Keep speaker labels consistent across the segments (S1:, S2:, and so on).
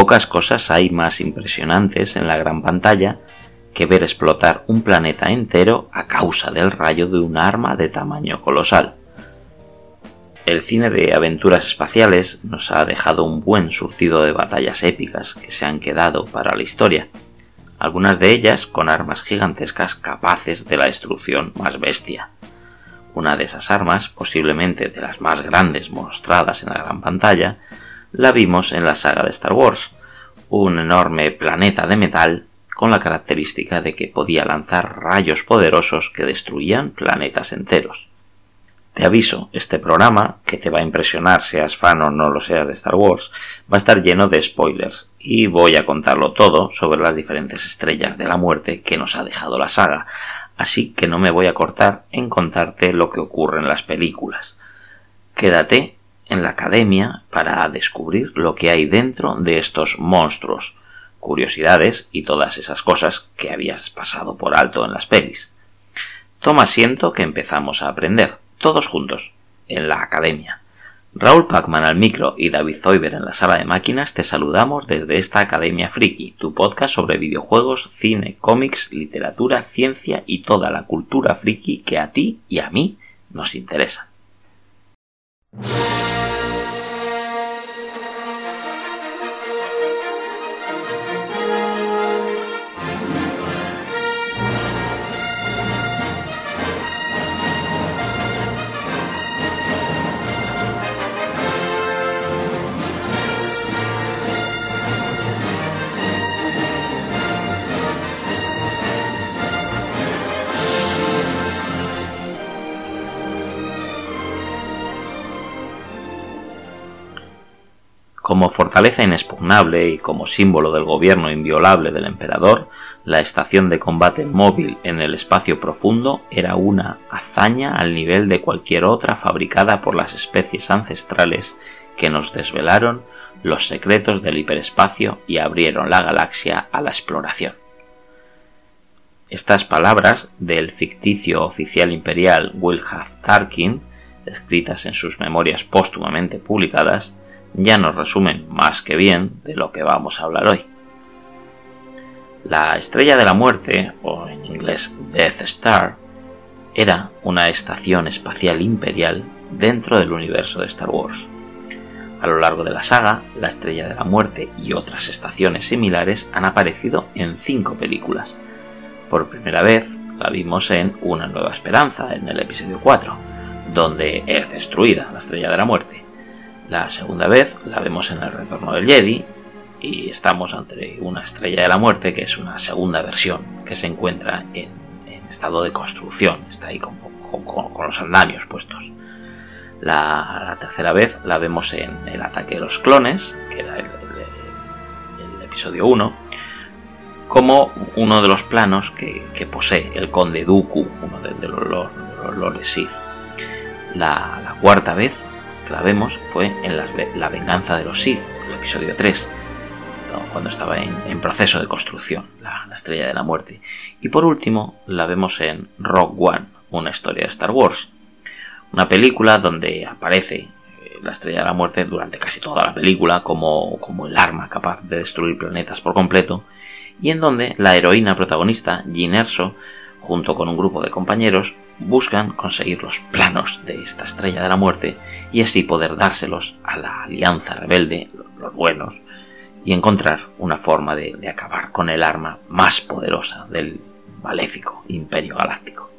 S1: Pocas cosas hay más impresionantes en la gran pantalla que ver explotar un planeta entero a causa del rayo de un arma de tamaño colosal. El cine de aventuras espaciales nos ha dejado un buen surtido de batallas épicas que se han quedado para la historia, algunas de ellas con armas gigantescas capaces de la destrucción más bestia. Una de esas armas, posiblemente de las más grandes mostradas en la gran pantalla, la vimos en la saga de Star Wars, un enorme planeta de metal con la característica de que podía lanzar rayos poderosos que destruían planetas enteros. Te aviso, este programa, que te va a impresionar seas fan o no lo seas de Star Wars, va a estar lleno de spoilers y voy a contarlo todo sobre las diferentes estrellas de la muerte que nos ha dejado la saga, así que no me voy a cortar en contarte lo que ocurre en las películas. Quédate en la academia para descubrir lo que hay dentro de estos monstruos, curiosidades y todas esas cosas que habías pasado por alto en las pelis. Toma asiento que empezamos a aprender. Todos juntos, en la academia. Raúl Pacman al micro y David Zoiber en la sala de máquinas te saludamos desde esta Academia Friki, tu podcast sobre videojuegos, cine, cómics, literatura, ciencia y toda la cultura friki que a ti y a mí nos interesa. Como fortaleza inexpugnable y como símbolo del gobierno inviolable del emperador, la estación de combate móvil en el espacio profundo era una hazaña al nivel de cualquier otra fabricada por las especies ancestrales que nos desvelaron los secretos del hiperespacio y abrieron la galaxia a la exploración. Estas palabras del ficticio oficial imperial Wilhaf Tarkin, escritas en sus memorias póstumamente publicadas, ya nos resumen más que bien de lo que vamos a hablar hoy. La Estrella de la Muerte, o en inglés Death Star, era una estación espacial imperial dentro del universo de Star Wars. A lo largo de la saga, la Estrella de la Muerte y otras estaciones similares han aparecido en 5 películas. Por primera vez la vimos en Una Nueva Esperanza, en el episodio 4, donde es destruida la Estrella de la Muerte. La segunda vez la vemos en El Retorno del Jedi y estamos ante una Estrella de la Muerte que es una segunda versión que se encuentra en estado de construcción, está ahí con los andamios puestos. La tercera vez la vemos en El Ataque de los Clones, que era el episodio 1, como uno de los planos que posee el Conde Dooku, uno de los Lores Sith. La cuarta vez que la vemos fue en La Venganza de los Sith, el episodio 3, cuando estaba en proceso de construcción, la Estrella de la Muerte. Y por último la vemos en Rogue One, una historia de Star Wars, una película donde aparece la Estrella de la Muerte durante casi toda la película como el arma capaz de destruir planetas por completo, y en donde la heroína protagonista, Jyn Erso, junto con un grupo de compañeros, buscan conseguir los planos de esta Estrella de la Muerte y así poder dárselos a la Alianza Rebelde, los buenos, y encontrar una forma de acabar con el arma más poderosa del maléfico Imperio Galáctico.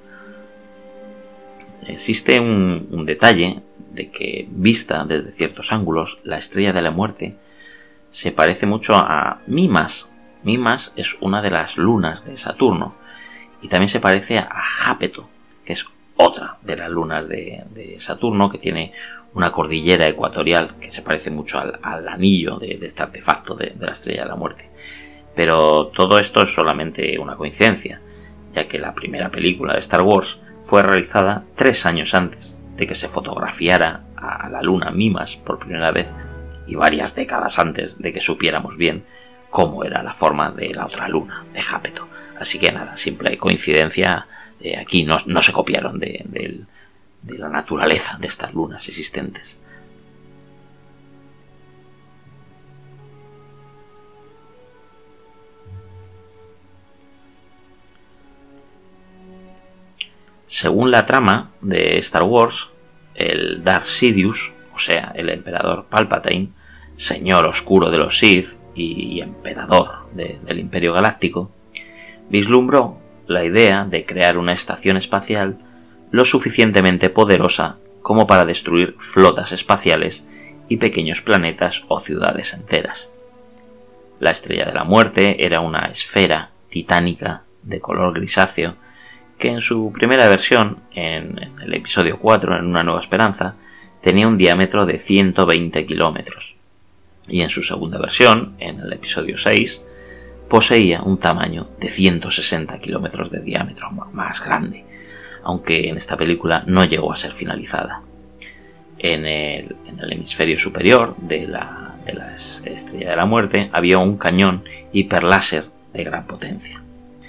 S1: Existe un detalle de que, vista desde ciertos ángulos, la Estrella de la Muerte se parece mucho a Mimas. Mimas es una de las lunas de Saturno y también se parece a Jápeto, que es otra de las lunas de Saturno, que tiene una cordillera ecuatorial que se parece mucho al anillo de este artefacto de la Estrella de la Muerte. Pero todo esto es solamente una coincidencia, ya que la primera película de Star Wars fue realizada 3 años antes de que se fotografiara a la luna Mimas por primera vez y varias décadas antes de que supiéramos bien cómo era la forma de la otra luna, de Jápeto. Así que nada, simple coincidencia, aquí no se copiaron de la naturaleza de estas lunas existentes. Según la trama de Star Wars, el Darth Sidious, o sea, el emperador Palpatine, señor oscuro de los Sith y emperador del Imperio Galáctico, vislumbró la idea de crear una estación espacial lo suficientemente poderosa como para destruir flotas espaciales y pequeños planetas o ciudades enteras. La Estrella de la Muerte era una esfera titánica de color grisáceo que en su primera versión, en el episodio 4, en Una Nueva Esperanza, tenía un diámetro de 120 kilómetros, y en su segunda versión, en el episodio 6, poseía un tamaño de 160 kilómetros de diámetro, más grande, aunque en esta película no llegó a ser finalizada. En el hemisferio superior de la Estrella de la Muerte había un cañón hiperláser de gran potencia.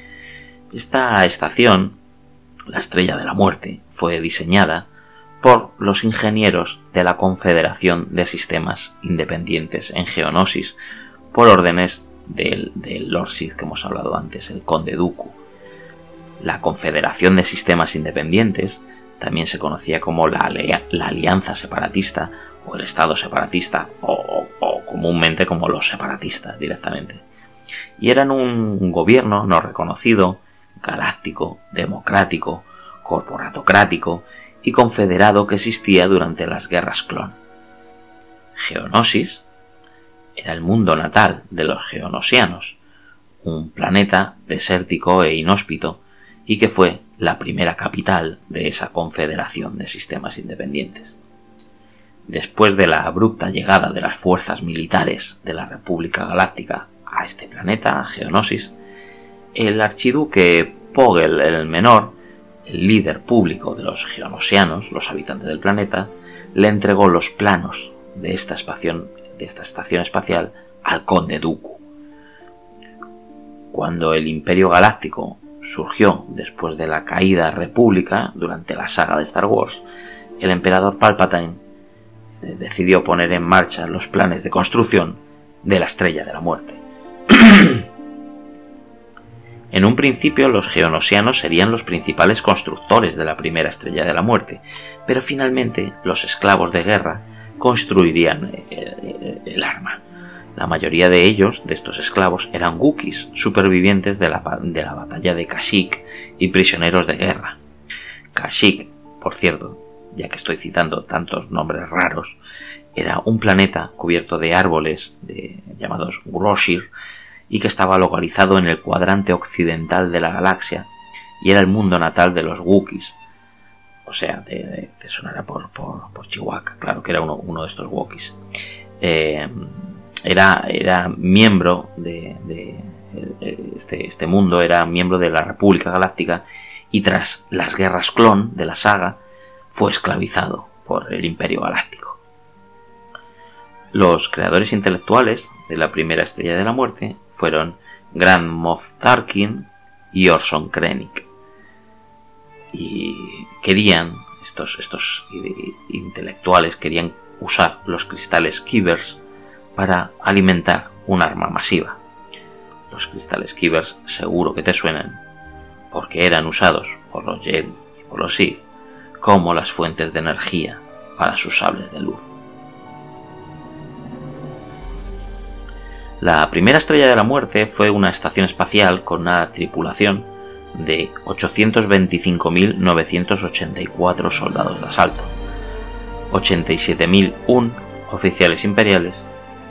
S1: Esta estación, la Estrella de la Muerte, fue diseñada por los ingenieros de la Confederación de Sistemas Independientes en Geonosis, por órdenes del Lord Sith que hemos hablado antes, el Conde Dooku. La Confederación de Sistemas Independientes también se conocía como la Alianza Separatista o el Estado Separatista o comúnmente como los separatistas directamente. Y eran un gobierno no reconocido, galáctico, democrático, corporatocrático y confederado que existía durante las guerras clon. Geonosis era el mundo natal de los geonosianos, un planeta desértico e inhóspito, y que fue la primera capital de esa confederación de sistemas independientes. Después de la abrupta llegada de las fuerzas militares de la República Galáctica a este planeta, Geonosis, el archiduque Poggle el Menor, el líder público de los geonosianos, los habitantes del planeta, le entregó los planos de esta estación espacial al Conde Dooku. Cuando el Imperio Galáctico surgió después de la caída república durante la saga de Star Wars, el emperador Palpatine decidió poner en marcha los planes de construcción de la Estrella de la Muerte. En un principio los geonosianos serían los principales constructores de la primera Estrella de la Muerte, pero finalmente los esclavos de guerra construirían el arma. La mayoría de ellos, de estos esclavos, eran Wookiees, supervivientes de la batalla de Kashyyyk y prisioneros de guerra. Kashyyyk, por cierto, ya que estoy citando tantos nombres raros, era un planeta cubierto de árboles llamados Groshir y que estaba localizado en el cuadrante occidental de la galaxia y era el mundo natal de los Wookiees. O sea, te sonará por Chihuahua, claro que era uno de estos Wookiees. Era miembro de este mundo, era miembro de la República Galáctica y tras las guerras clon de la saga fue esclavizado por el Imperio Galáctico. Los creadores intelectuales de la primera Estrella de la Muerte fueron Grand Moff Tarkin y Orson Krennic. Y estos intelectuales querían usar los cristales Kyber para alimentar un arma masiva. Los cristales Kyber seguro que te suenan, porque eran usados por los Jedi y por los Sith como las fuentes de energía para sus sables de luz. La primera Estrella de la Muerte fue una estación espacial con una tripulación de 825.984 soldados de asalto, 87.001 oficiales imperiales,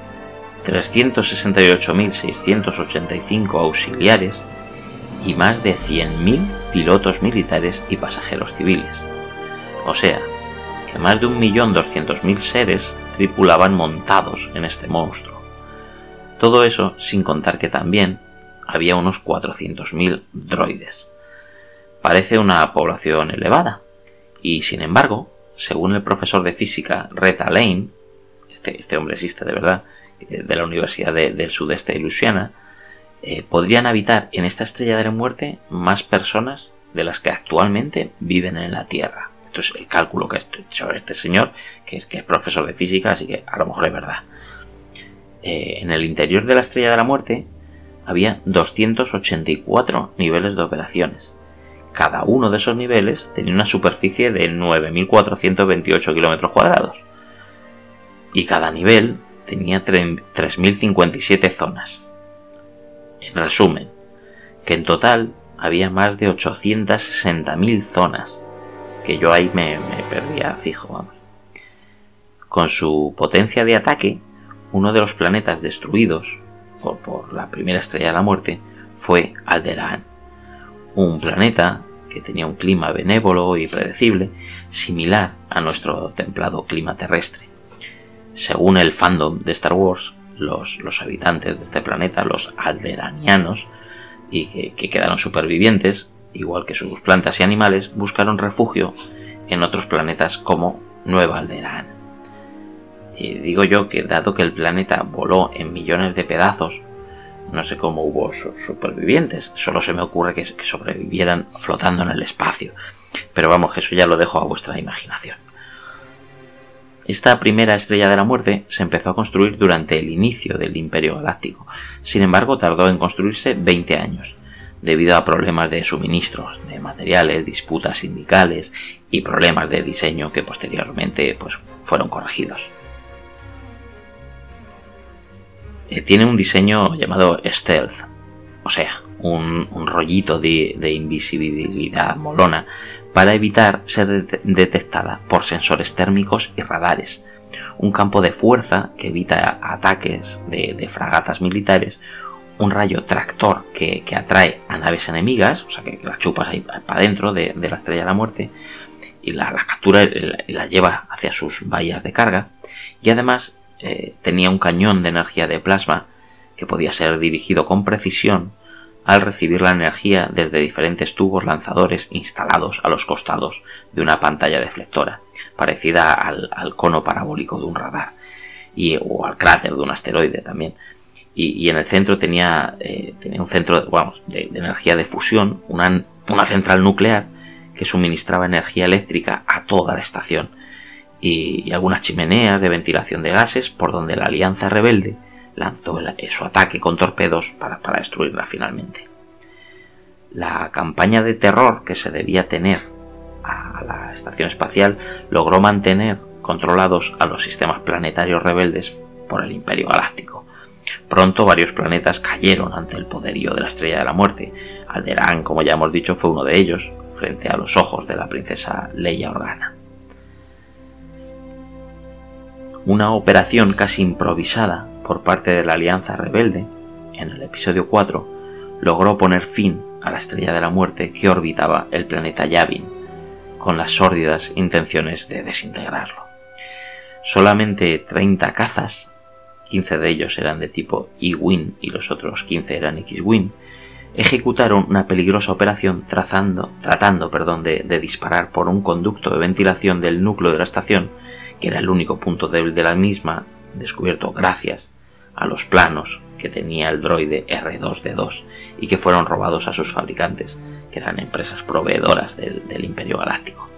S1: 368.685 auxiliares y más de 100.000 pilotos militares y pasajeros civiles. O sea, que más de 1.200.000 seres tripulaban montados en este monstruo. Todo eso sin contar que también había unos 400.000 droides. Parece una población elevada, y sin embargo, según el profesor de física Rhett Lane, este hombre existe de verdad, de la Universidad del Sudeste de Luisiana, podrían habitar en esta Estrella de la Muerte más personas de las que actualmente viven en la Tierra. Esto es el cálculo que ha hecho este señor, que es profesor de física, así que a lo mejor es verdad. En el interior de la Estrella de la Muerte había 284 niveles de operaciones, Cada uno de esos niveles tenía una superficie de 9.428 kilómetros cuadrados y cada nivel tenía 3.057 zonas. En resumen, que en total había más de 860.000 zonas, que yo ahí me perdía fijo, vamos. Con su potencia de ataque, uno de los planetas destruidos por la primera estrella de la muerte fue Alderaan, un planeta que tenía un clima benévolo y predecible, similar a nuestro templado clima terrestre. Según el fandom de Star Wars, los habitantes de este planeta, los alderaanianos, y que quedaron supervivientes, igual que sus plantas y animales, buscaron refugio en otros planetas como Nueva Alderaan. Y digo yo que, dado que el planeta voló en millones de pedazos, no sé cómo hubo supervivientes, solo se me ocurre que sobrevivieran flotando en el espacio, pero vamos, que eso ya lo dejo a vuestra imaginación. Esta primera estrella de la muerte se empezó a construir durante el inicio del Imperio Galáctico, sin embargo tardó en construirse 20 años, debido a problemas de suministros de materiales, disputas sindicales y problemas de diseño que posteriormente fueron corregidos. Tiene un diseño llamado stealth, o sea, un rollito de invisibilidad molona para evitar ser detectada por sensores térmicos y radares, un campo de fuerza que evita ataques de fragatas militares, un rayo tractor que atrae a naves enemigas, o sea que las chupas ahí para adentro de la estrella de la muerte y la captura y la lleva hacia sus bahías de carga, y además tenía un cañón de energía de plasma que podía ser dirigido con precisión al recibir la energía desde diferentes tubos lanzadores instalados a los costados de una pantalla deflectora, parecida al cono parabólico de un radar o al cráter de un asteroide también. Y en el centro tenía un centro de energía de fusión, una central nuclear que suministraba energía eléctrica a toda la estación, y algunas chimeneas de ventilación de gases por donde la Alianza Rebelde lanzó su ataque con torpedos para destruirla finalmente. La campaña de terror que se debía tener a la estación espacial logró mantener controlados a los sistemas planetarios rebeldes por el Imperio Galáctico. Pronto varios planetas cayeron ante el poderío de la Estrella de la Muerte. Alderaan, como ya hemos dicho, fue uno de ellos, frente a los ojos de la princesa Leia Organa. Una operación casi improvisada por parte de la Alianza Rebelde, en el episodio 4, logró poner fin a la Estrella de la Muerte que orbitaba el planeta Yavin, con las sórdidas intenciones de desintegrarlo. Solamente 30 cazas, 15 de ellos eran de tipo E-Wing y los otros 15 eran X-Wing, ejecutaron una peligrosa operación tratando de disparar por un conducto de ventilación del núcleo de la estación, que era el único punto débil de la misma, descubierto gracias a los planos que tenía el droide R2-D2 y que fueron robados a sus fabricantes, que eran empresas proveedoras del Imperio Galáctico.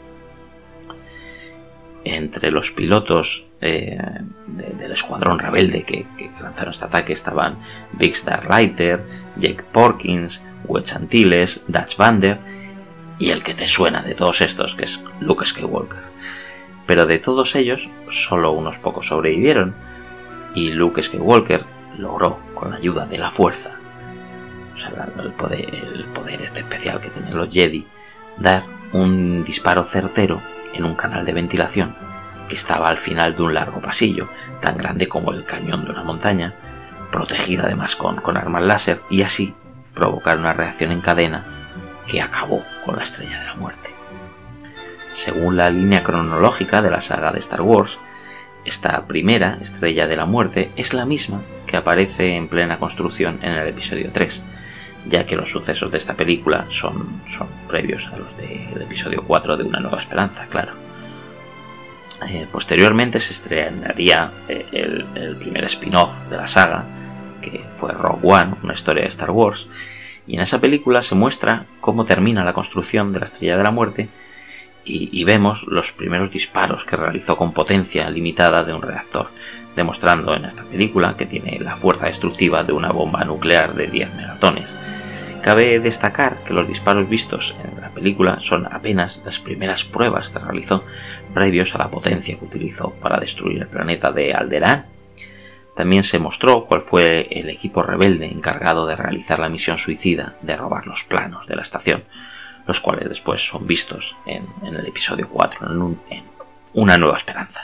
S1: Entre los pilotos del escuadrón rebelde que lanzaron este ataque estaban Biggs Starlighter, Jake Porkins, Wedge Antilles, Dutch Vander y el que te suena de todos estos, que es Luke Skywalker. Pero de todos ellos, solo unos pocos sobrevivieron, y Luke Skywalker logró, con la ayuda de la fuerza, o sea, el poder este especial que tienen los Jedi, dar un disparo certero en un canal de ventilación que estaba al final de un largo pasillo, tan grande como el cañón de una montaña, protegida además con armas láser, y así provocar una reacción en cadena que acabó con la Estrella de la Muerte. Según la línea cronológica de la saga de Star Wars, esta primera Estrella de la Muerte es la misma que aparece en plena construcción en el episodio 3, ya que los sucesos de esta película son previos a los del episodio 4 de Una Nueva Esperanza, claro. Posteriormente se estrenaría el primer spin-off de la saga, que fue Rogue One, una historia de Star Wars, y en esa película se muestra cómo termina la construcción de la Estrella de la Muerte y vemos los primeros disparos que realizó con potencia limitada de un reactor, demostrando en esta película que tiene la fuerza destructiva de una bomba nuclear de 10 megatones, Cabe destacar que los disparos vistos en la película son apenas las primeras pruebas que realizó previos a la potencia que utilizó para destruir el planeta de Alderaan. También se mostró cuál fue el equipo rebelde encargado de realizar la misión suicida de robar los planos de la estación, los cuales después son vistos en el episodio 4, en Una Nueva Esperanza.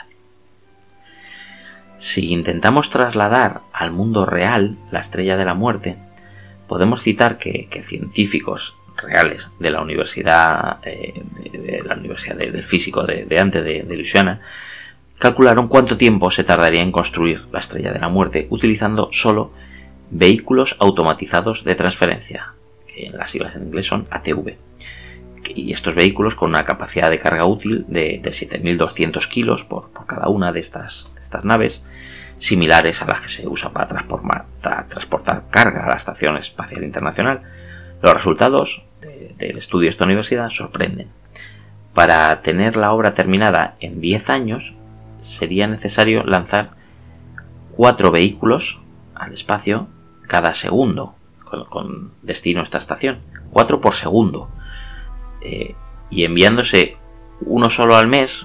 S1: Si intentamos trasladar al mundo real la Estrella de la Muerte, podemos citar que científicos reales de la Universidad del Físico de antes de Luisiana calcularon cuánto tiempo se tardaría en construir la Estrella de la Muerte utilizando solo vehículos automatizados de transferencia, que en las siglas en inglés son ATV. Y estos vehículos con una capacidad de carga útil de 7.200 kilos por cada una de estas naves, similares a las que se usan para transportar carga a la Estación Espacial Internacional. Los resultados del estudio de esta universidad sorprenden. Para tener la obra terminada en 10 años, sería necesario lanzar 4 vehículos al espacio cada segundo, con destino a esta estación. 4 por segundo. Y enviándose uno solo al mes,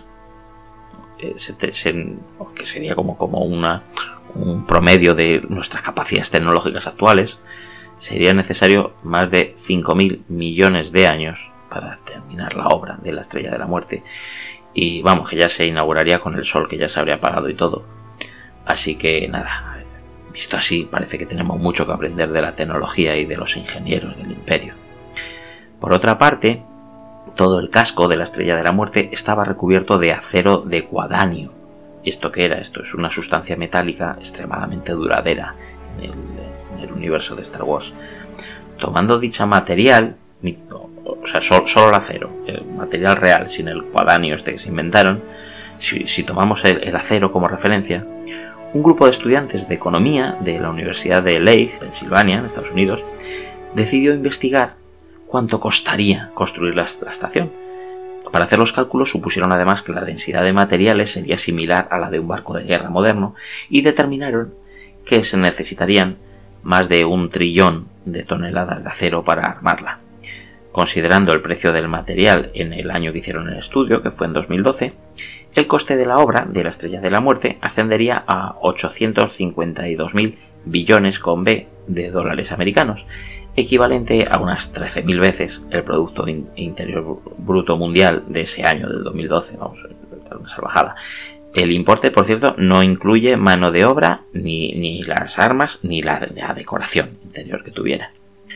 S1: que sería como un promedio de nuestras capacidades tecnológicas actuales, sería necesario más de 5.000 millones de años para terminar la obra de la Estrella de la Muerte. Y vamos, que ya se inauguraría con el sol, que ya se habría apagado y todo. Así que nada, visto así, parece que tenemos mucho que aprender de la tecnología y de los ingenieros del Imperio. Por otra parte, todo el casco de la Estrella de la Muerte estaba recubierto de acero de cuadanio. ¿Esto qué era? Esto es una sustancia metálica extremadamente duradera en el universo de Star Wars. Tomando dicha material, o sea, solo el acero, el material real, sin el cuadanio este que se inventaron, si tomamos el acero como referencia, un grupo de estudiantes de economía de la Universidad de Lehigh, Pensilvania, en Estados Unidos, decidió investigar cuánto costaría construir la estación. Para hacer los cálculos supusieron además que la densidad de materiales sería similar a la de un barco de guerra moderno y determinaron que se necesitarían más de 1 trillón de toneladas de acero para armarla. Considerando el precio del material en el año que hicieron el estudio, que fue en 2012, el coste de la obra de la Estrella de la Muerte ascendería a 852.000 billones con B de dólares americanos, equivalente a unas 13.000 veces el Producto Interior Bruto Mundial de ese año, del 2012, vamos, una salvajada. El importe, por cierto, no incluye mano de obra, ni las armas, ni la decoración interior que tuviera.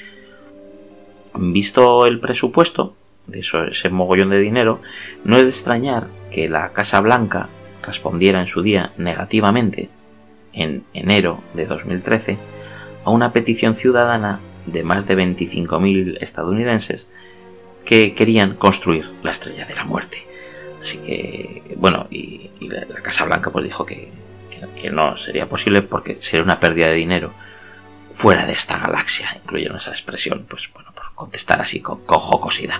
S1: Visto el presupuesto de ese mogollón de dinero, no es de extrañar que la Casa Blanca respondiera en su día negativamente, en enero de 2013, a una petición ciudadana de más de 25.000 estadounidenses que querían construir la Estrella de la Muerte. Así que, bueno, y la Casa Blanca pues dijo que no sería posible porque sería una pérdida de dinero fuera de esta galaxia. Incluyeron esa expresión, pues bueno, por contestar así con jocosidad.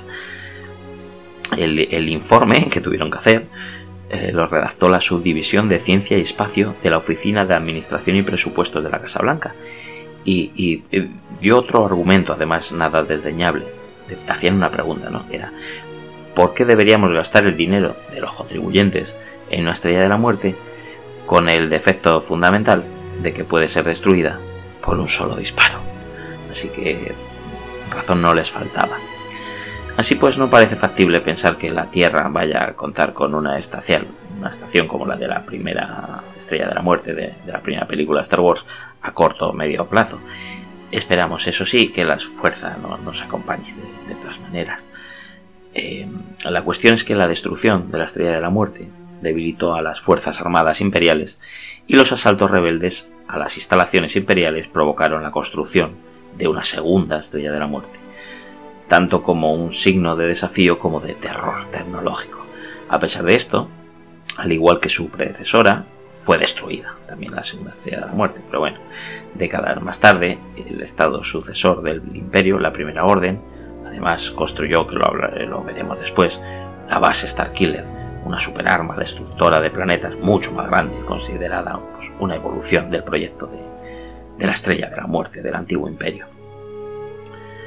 S1: El informe que tuvieron que hacer lo redactó la Subdivisión de Ciencia y Espacio de la Oficina de Administración y Presupuestos de la Casa Blanca. Y dio otro argumento, además nada desdeñable. Hacían una pregunta, ¿no? Era: ¿por qué deberíamos gastar el dinero de los contribuyentes en una Estrella de la Muerte con el defecto fundamental de que puede ser destruida por un solo disparo? Así que razón no les faltaba. Así pues, no parece factible pensar que la Tierra vaya a contar con una estación como la de la primera Estrella de la Muerte de la primera película de Star Wars a corto o medio plazo. Esperamos, eso sí, que las fuerzas nos acompañen de todas maneras. La cuestión es que la destrucción de la Estrella de la Muerte debilitó a las fuerzas armadas imperiales y los asaltos rebeldes a las instalaciones imperiales provocaron la construcción de una segunda Estrella de la Muerte, tanto como un signo de desafío como de terror tecnológico. A pesar de esto, al igual que su predecesora, fue destruida también la segunda Estrella de la Muerte, pero bueno, décadas más tarde, el estado sucesor del Imperio, la Primera Orden, además construyó, que lo veremos después, la base Starkiller, una superarma destructora de planetas mucho más grande, considerada pues, una evolución del proyecto de la Estrella de la Muerte del antiguo Imperio.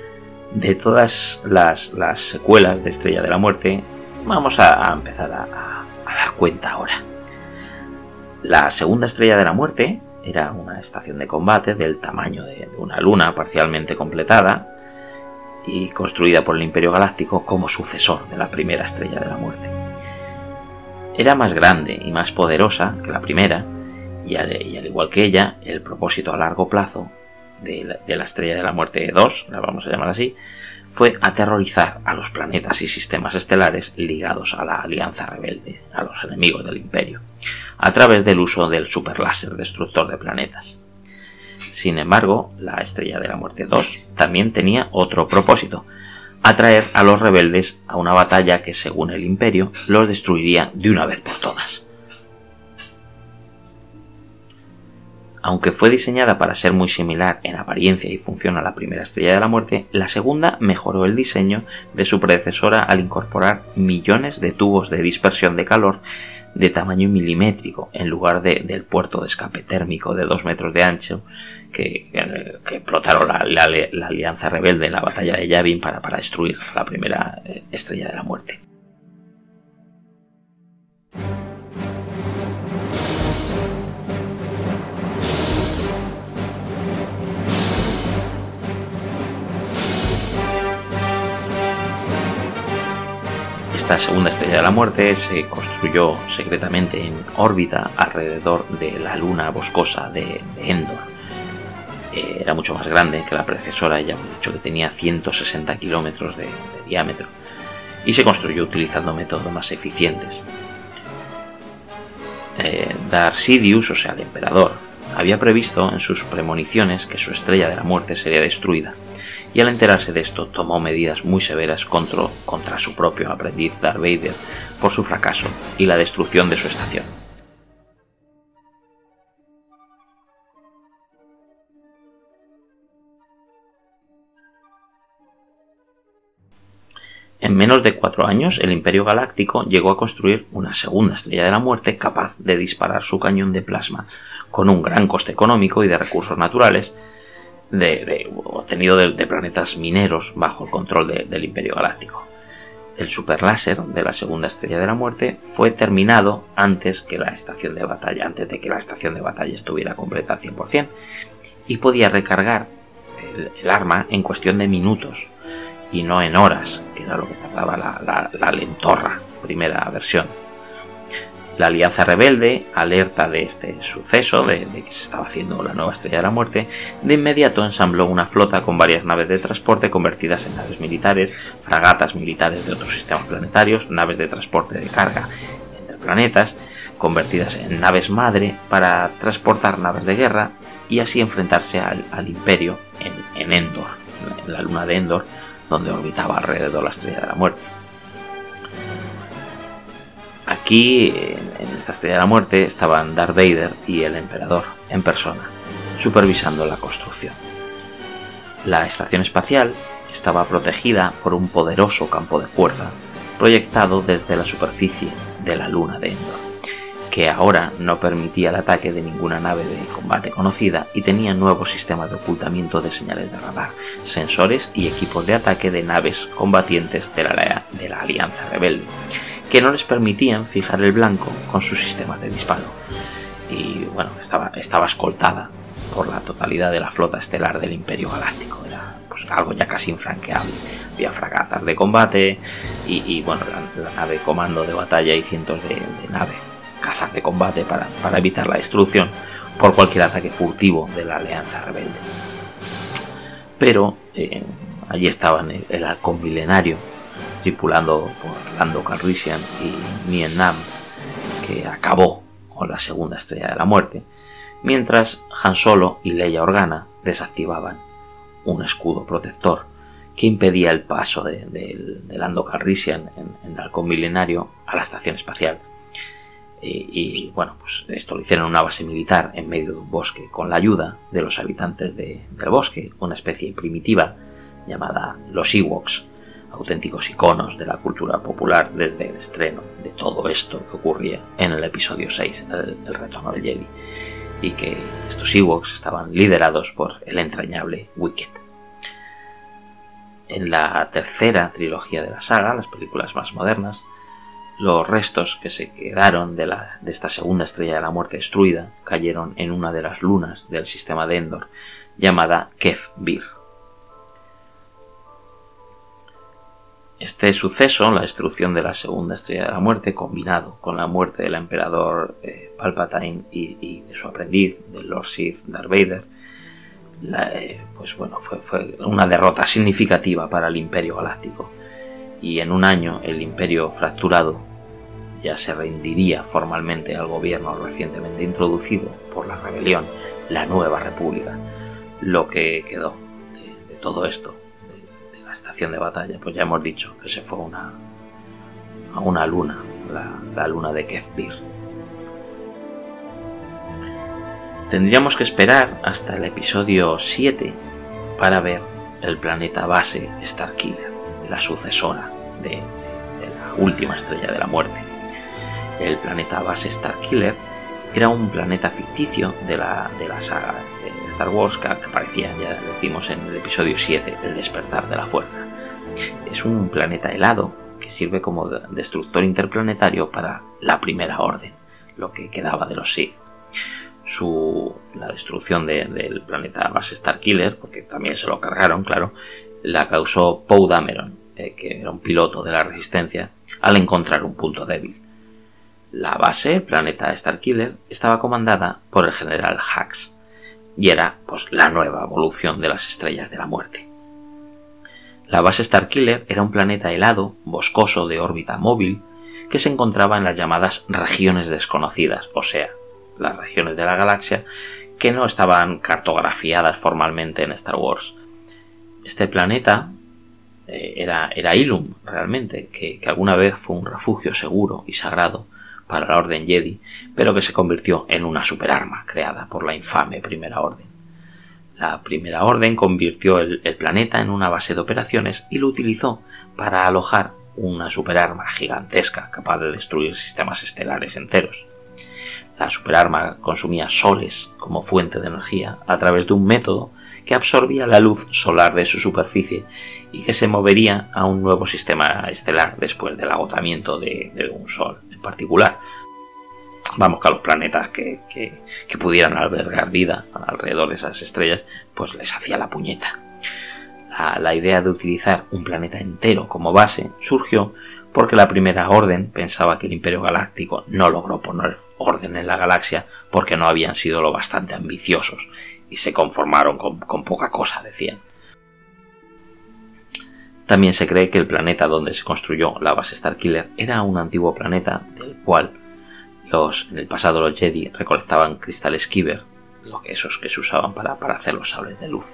S1: De todas las secuelas de Estrella de la Muerte, vamos a empezar a dar cuenta ahora. La segunda Estrella de la Muerte era una estación de combate del tamaño de una luna parcialmente completada y construida por el Imperio Galáctico como sucesor de la primera Estrella de la Muerte. Era más grande y más poderosa que la primera, y al igual que ella, el propósito a largo plazo de la Estrella de la Muerte 2, la vamos a llamar así, fue aterrorizar a los planetas y sistemas estelares ligados a la Alianza Rebelde, a los enemigos del Imperio, a través del uso del superláser destructor de planetas. Sin embargo, la Estrella de la Muerte 2 también tenía otro propósito: atraer a los rebeldes a una batalla que, según el Imperio, los destruiría de una vez por todas. Aunque fue diseñada para ser muy similar en apariencia y función a la primera Estrella de la Muerte, la segunda mejoró el diseño de su predecesora al incorporar millones de tubos de dispersión de calor de tamaño milimétrico en lugar del puerto de escape térmico de 2 metros de ancho que explotaron la Alianza Rebelde en la batalla de Yavin para destruir la primera Estrella de la Muerte. Esta segunda Estrella de la Muerte se construyó secretamente en órbita alrededor de la luna boscosa de Endor. Era mucho más grande que la predecesora, ya hemos dicho que tenía 160 kilómetros de diámetro, y se construyó utilizando métodos más eficientes. Darth Sidious, o sea el emperador, había previsto en sus premoniciones que su Estrella de la Muerte sería destruida, y al enterarse de esto tomó medidas muy severas contra su propio aprendiz Darth Vader por su fracaso y la destrucción de su estación. En menos de 4 años, el Imperio Galáctico llegó a construir una segunda Estrella de la Muerte capaz de disparar su cañón de plasma con un gran coste económico y de recursos naturales obtenido de planetas mineros bajo el control del Imperio Galáctico. El superláser de la segunda Estrella de la Muerte fue terminado antes de que la estación de batalla estuviera completa al 100%, y podía recargar el arma en cuestión de minutos y no en horas, que era lo que tardaba la lentorra primera versión. La Alianza Rebelde, alerta de este suceso, de que se estaba haciendo la nueva Estrella de la Muerte, de inmediato ensambló una flota con varias naves de transporte convertidas en naves militares, fragatas militares de otros sistemas planetarios, naves de transporte de carga entre planetas, convertidas en naves madre para transportar naves de guerra y así enfrentarse al Imperio en Endor, en la luna de Endor, donde orbitaba alrededor la Estrella de la Muerte. Aquí, en esta Estrella de la Muerte, estaban Darth Vader y el Emperador en persona, supervisando la construcción. La estación espacial estaba protegida por un poderoso campo de fuerza proyectado desde la superficie de la luna de Endor, que ahora no permitía el ataque de ninguna nave de combate conocida y tenía nuevos sistemas de ocultamiento de señales de radar, sensores y equipos de ataque de naves combatientes de la Alianza Rebelde, que no les permitían fijar el blanco con sus sistemas de disparo. Y bueno, estaba escoltada por la totalidad de la flota estelar del Imperio Galáctico. Era pues algo ya casi infranqueable. Había fragatas de combate y bueno, la nave comando de batalla y cientos de naves cazas de combate para evitar la destrucción por cualquier ataque furtivo de la Alianza Rebelde. Pero allí estaban el halcón milenario, tripulado por Lando Calrissian y Nien Nam, que acabó con la segunda Estrella de la Muerte, mientras Han Solo y Leia Organa desactivaban un escudo protector que impedía el paso de Lando Calrissian en el halcón milenario a la estación espacial. Y bueno, pues esto lo hicieron en una base militar en medio de un bosque con la ayuda de los habitantes del bosque, una especie primitiva llamada los Ewoks, auténticos iconos de la cultura popular desde el estreno de todo esto que ocurría en el episodio 6, el retorno del Jedi, y que estos Ewoks estaban liderados por el entrañable Wicket. En la tercera trilogía de la saga, las películas más modernas, los restos que se quedaron de esta segunda estrella de la muerte destruida cayeron en una de las lunas del sistema de Endor, llamada Kef-Bir. Este suceso, la destrucción de la segunda estrella de la muerte, combinado con la muerte del emperador Palpatine y de su aprendiz, del Lord Sith Darth Vader, fue una derrota significativa para el Imperio Galáctico. Y en un año el Imperio fracturado ya se rendiría formalmente al gobierno recientemente introducido por la rebelión, la Nueva República. Lo que quedó de todo esto, de la estación de batalla, pues ya hemos dicho que se fue a una luna, la luna de Kef-Bir. Tendríamos que esperar hasta el episodio 7 para ver el planeta base Starkiller, la sucesora de la última estrella de la muerte. El planeta base Starkiller era un planeta ficticio de la saga de Star Wars que aparecía, ya decimos, en el episodio 7, El despertar de la fuerza. Es un planeta helado que sirve como destructor interplanetario para la Primera Orden, lo que quedaba de los Sith. La destrucción del planeta base Starkiller, porque también se lo cargaron, claro, la causó Poe Dameron, que era un piloto de la Resistencia, al encontrar un punto débil. La base, el planeta Starkiller, estaba comandada por el general Hux y era la nueva evolución de las estrellas de la muerte. La base Starkiller era un planeta helado, boscoso de órbita móvil, que se encontraba en las llamadas regiones desconocidas, o sea, las regiones de la galaxia que no estaban cartografiadas formalmente en Star Wars. Este planeta era Ilum, realmente, que alguna vez fue un refugio seguro y sagrado para la Orden Jedi, pero que se convirtió en una superarma creada por la infame Primera Orden. La Primera Orden convirtió el planeta en una base de operaciones y lo utilizó para alojar una superarma gigantesca capaz de destruir sistemas estelares enteros. La superarma consumía soles como fuente de energía a través de un método que absorbía la luz solar de su superficie y que se movería a un nuevo sistema estelar después del agotamiento de un sol en particular. Vamos, que a los planetas que pudieran albergar vida alrededor de esas estrellas, pues les hacía la puñeta. La idea de utilizar un planeta entero como base surgió porque la Primera Orden pensaba que el Imperio Galáctico no logró poner orden en la galaxia porque no habían sido lo bastante ambiciosos y se conformaron con poca cosa, decían. También se cree que el planeta donde se construyó la base Starkiller era un antiguo planeta del cual en el pasado los Jedi recolectaban cristales Kyber, esos que se usaban para hacer los sables de luz.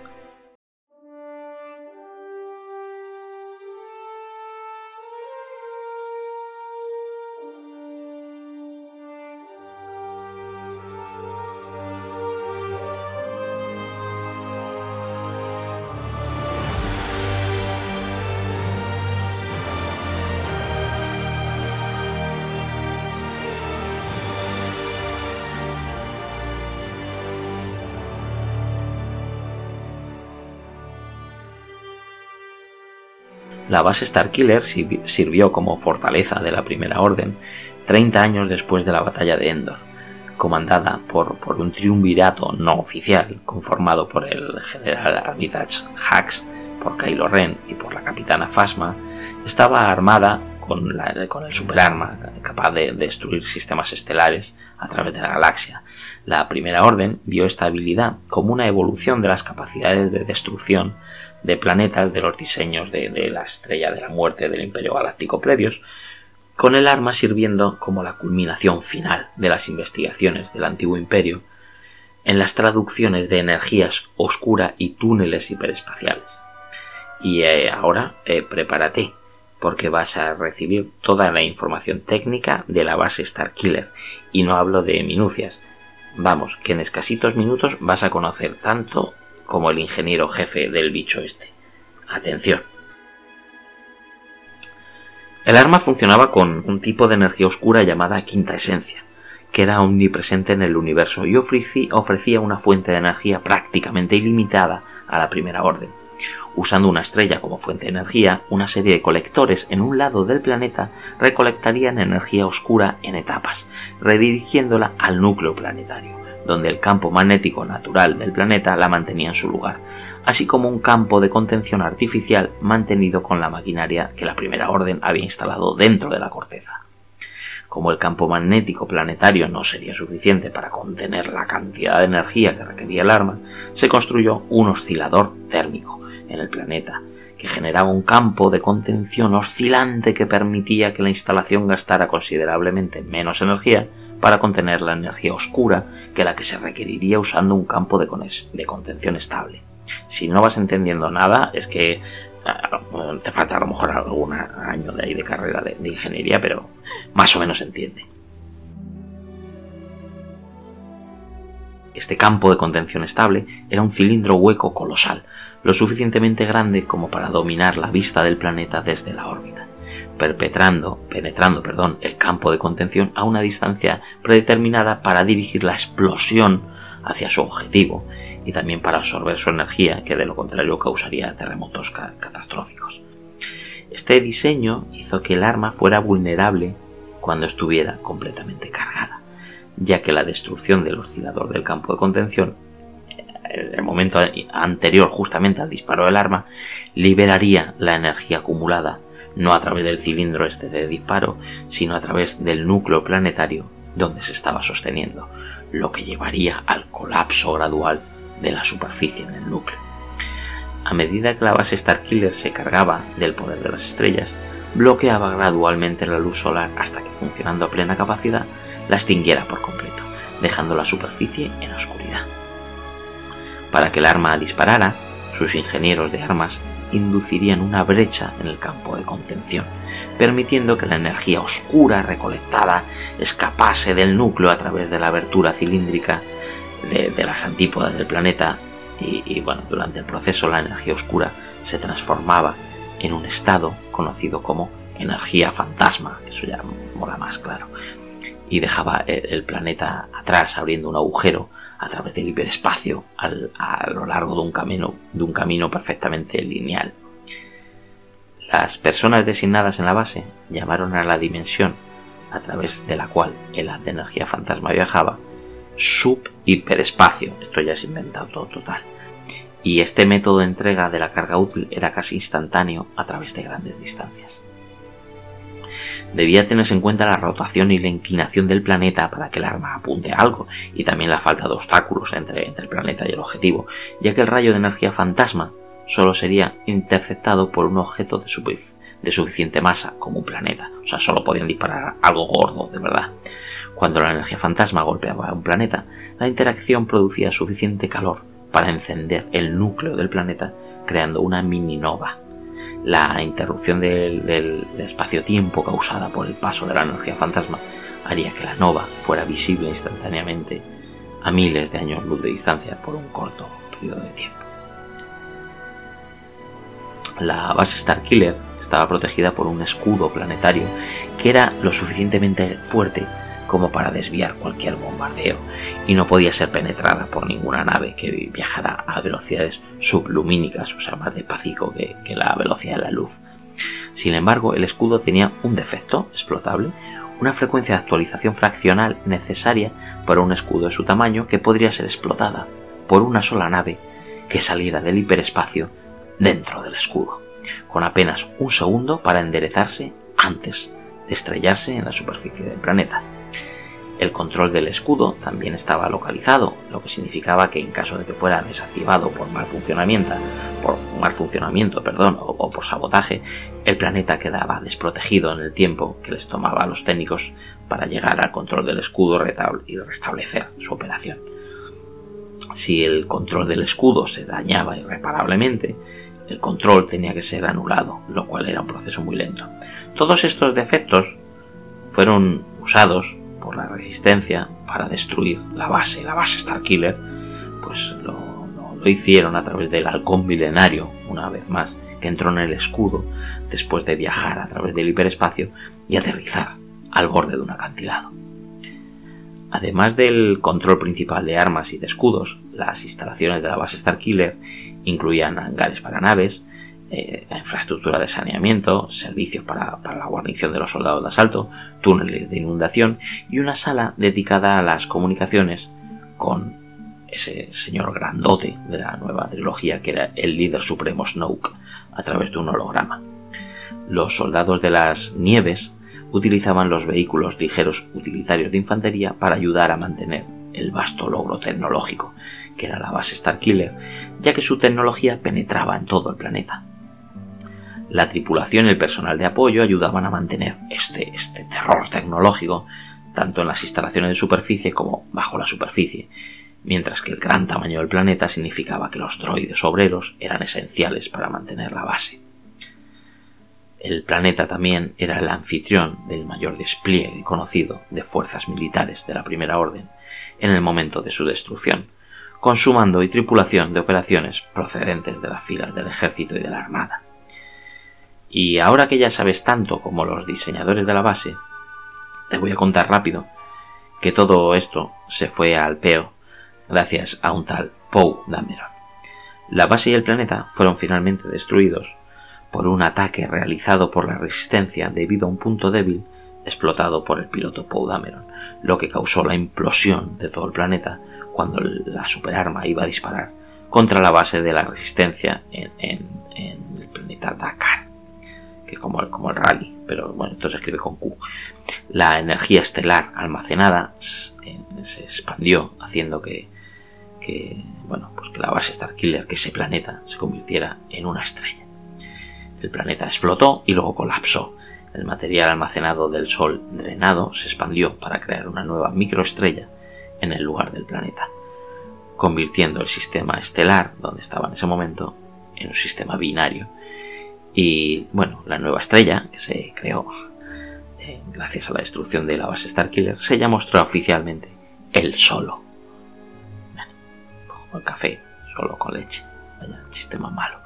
S1: La base Starkiller sirvió como fortaleza de la Primera Orden 30 años después de la batalla de Endor, comandada por un triunvirato no oficial conformado por el general Armitage Hux, por Kylo Ren y por la capitana Phasma. Estaba armada con el superarma capaz de destruir sistemas estelares a través de la galaxia. La Primera Orden vio esta habilidad como una evolución de las capacidades de destrucción de planetas de los diseños de la Estrella de la Muerte del Imperio Galáctico previos, con el arma sirviendo como la culminación final de las investigaciones del Antiguo Imperio en las traducciones de energías oscura y túneles hiperespaciales. Y ahora prepárate, porque vas a recibir toda la información técnica de la base Starkiller, y no hablo de minucias. Vamos, que en escasitos minutos vas a conocer tanto como el ingeniero jefe del bicho este. Atención. El arma funcionaba con un tipo de energía oscura llamada quinta esencia, que era omnipresente en el universo y ofrecía una fuente de energía prácticamente ilimitada a la Primera Orden. Usando una estrella como fuente de energía, una serie de colectores en un lado del planeta recolectarían energía oscura en etapas, redirigiéndola al núcleo planetario, donde el campo magnético natural del planeta la mantenía en su lugar, así como un campo de contención artificial mantenido con la maquinaria que la Primera Orden había instalado dentro de la corteza. Como el campo magnético planetario no sería suficiente para contener la cantidad de energía que requería el arma, se construyó un oscilador térmico en el planeta, que generaba un campo de contención oscilante que permitía que la instalación gastara considerablemente menos energía para contener la energía oscura que la que se requeriría usando un campo de contención estable. Si no vas entendiendo nada, es que te falta a lo mejor algún año de ahí de carrera de ingeniería, pero más o menos se entiende. Este campo de contención estable era un cilindro hueco colosal, lo suficientemente grande como para dominar la vista del planeta desde la órbita, penetrando el campo de contención a una distancia predeterminada para dirigir la explosión hacia su objetivo y también para absorber su energía, que de lo contrario causaría terremotos catastróficos. Este diseño hizo que el arma fuera vulnerable cuando estuviera completamente cargada, ya que la destrucción del oscilador del campo de contención, en el momento anterior justamente al disparo del arma, liberaría la energía acumulada, no a través del cilindro de disparo, sino a través del núcleo planetario donde se estaba sosteniendo, lo que llevaría al colapso gradual de la superficie en el núcleo. A medida que la base Starkiller se cargaba del poder de las estrellas, bloqueaba gradualmente la luz solar hasta que, funcionando a plena capacidad, la extinguiera por completo, dejando la superficie en oscuridad. Para que el arma disparara, sus ingenieros de armas inducirían una brecha en el campo de contención, permitiendo que la energía oscura recolectada escapase del núcleo a través de la abertura cilíndrica de las antípodas del planeta y durante el proceso la energía oscura se transformaba en un estado conocido como energía fantasma, que eso ya mola más, claro, y dejaba el planeta atrás, abriendo un agujero a través del hiperespacio a lo largo de un camino perfectamente lineal. Las personas designadas en la base llamaron a la dimensión a través de la cual el haz de energía fantasma viajaba subhiperespacio. Esto ya es inventado todo total. Y este método de entrega de la carga útil era casi instantáneo a través de grandes distancias. Debía tenerse en cuenta la rotación y la inclinación del planeta para que el arma apunte a algo, y también la falta de obstáculos entre el planeta y el objetivo, ya que el rayo de energía fantasma solo sería interceptado por un objeto de suficiente masa, como un planeta. O sea, solo podían disparar algo gordo, de verdad. Cuando la energía fantasma golpeaba a un planeta, la interacción producía suficiente calor para encender el núcleo del planeta, creando una mini nova. La interrupción del espacio-tiempo causada por el paso de la energía fantasma haría que la nova fuera visible instantáneamente a miles de años luz de distancia por un corto periodo de tiempo. La base Starkiller estaba protegida por un escudo planetario que era lo suficientemente fuerte como para desviar cualquier bombardeo y no podía ser penetrada por ninguna nave que viajara a velocidades sublumínicas, o sea, más despacito que la velocidad de la luz. Sin embargo, el escudo tenía un defecto explotable, una frecuencia de actualización fraccional necesaria para un escudo de su tamaño que podría ser explotada por una sola nave que saliera del hiperespacio dentro del escudo, con apenas un segundo para enderezarse antes de estrellarse en la superficie del planeta. El control del escudo también estaba localizado, lo que significaba que en caso de que fuera desactivado por mal funcionamiento, o por sabotaje, el planeta quedaba desprotegido en el tiempo que les tomaba a los técnicos para llegar al control del escudo y restablecer su operación. Si el control del escudo se dañaba irreparablemente, el control tenía que ser anulado, lo cual era un proceso muy lento. Todos estos defectos fueron usados por la resistencia para destruir la base Starkiller, pues lo hicieron a través del halcón milenario, una vez más, que entró en el escudo después de viajar a través del hiperespacio y aterrizar al borde de un acantilado. Además del control principal de armas y de escudos, las instalaciones de la base Starkiller incluían hangares para naves, infraestructura de saneamiento, servicios para la guarnición de los soldados de asalto, túneles de inundación y una sala dedicada a las comunicaciones con ese señor grandote de la nueva trilogía que era el líder supremo Snoke a través de un holograma. Los soldados de las nieves utilizaban los vehículos ligeros utilitarios de infantería para ayudar a mantener el vasto logro tecnológico que era la base Starkiller, ya que su tecnología penetraba en todo el planeta. La tripulación y el personal de apoyo ayudaban a mantener este terror tecnológico tanto en las instalaciones de superficie como bajo la superficie, mientras que el gran tamaño del planeta significaba que los droides obreros eran esenciales para mantener la base. El planeta también era el anfitrión del mayor despliegue conocido de fuerzas militares de la Primera Orden en el momento de su destrucción, con su mando y tripulación de operaciones procedentes de las filas del ejército y de la armada. Y ahora que ya sabes tanto como los diseñadores de la base, te voy a contar rápido que todo esto se fue al peo gracias a un tal Poe Dameron. La base y el planeta fueron finalmente destruidos por un ataque realizado por la Resistencia debido a un punto débil explotado por el piloto Poe Dameron, lo que causó la implosión de todo el planeta cuando la superarma iba a disparar contra la base de la Resistencia en el planeta Dakar, que es como el rally, pero bueno, esto se escribe con Q. La energía estelar almacenada se expandió, haciendo que la base Starkiller, que ese planeta, se convirtiera en una estrella. El planeta explotó y luego colapsó. El material almacenado del Sol drenado se expandió para crear una nueva microestrella en el lugar del planeta, convirtiendo el sistema estelar, donde estaba en ese momento, en un sistema binario. Y bueno, la nueva estrella, que se creó gracias a la destrucción de la base Starkiller, se ya mostró oficialmente el Solo. Bueno, como el café, solo con leche. Vaya, chiste más malo.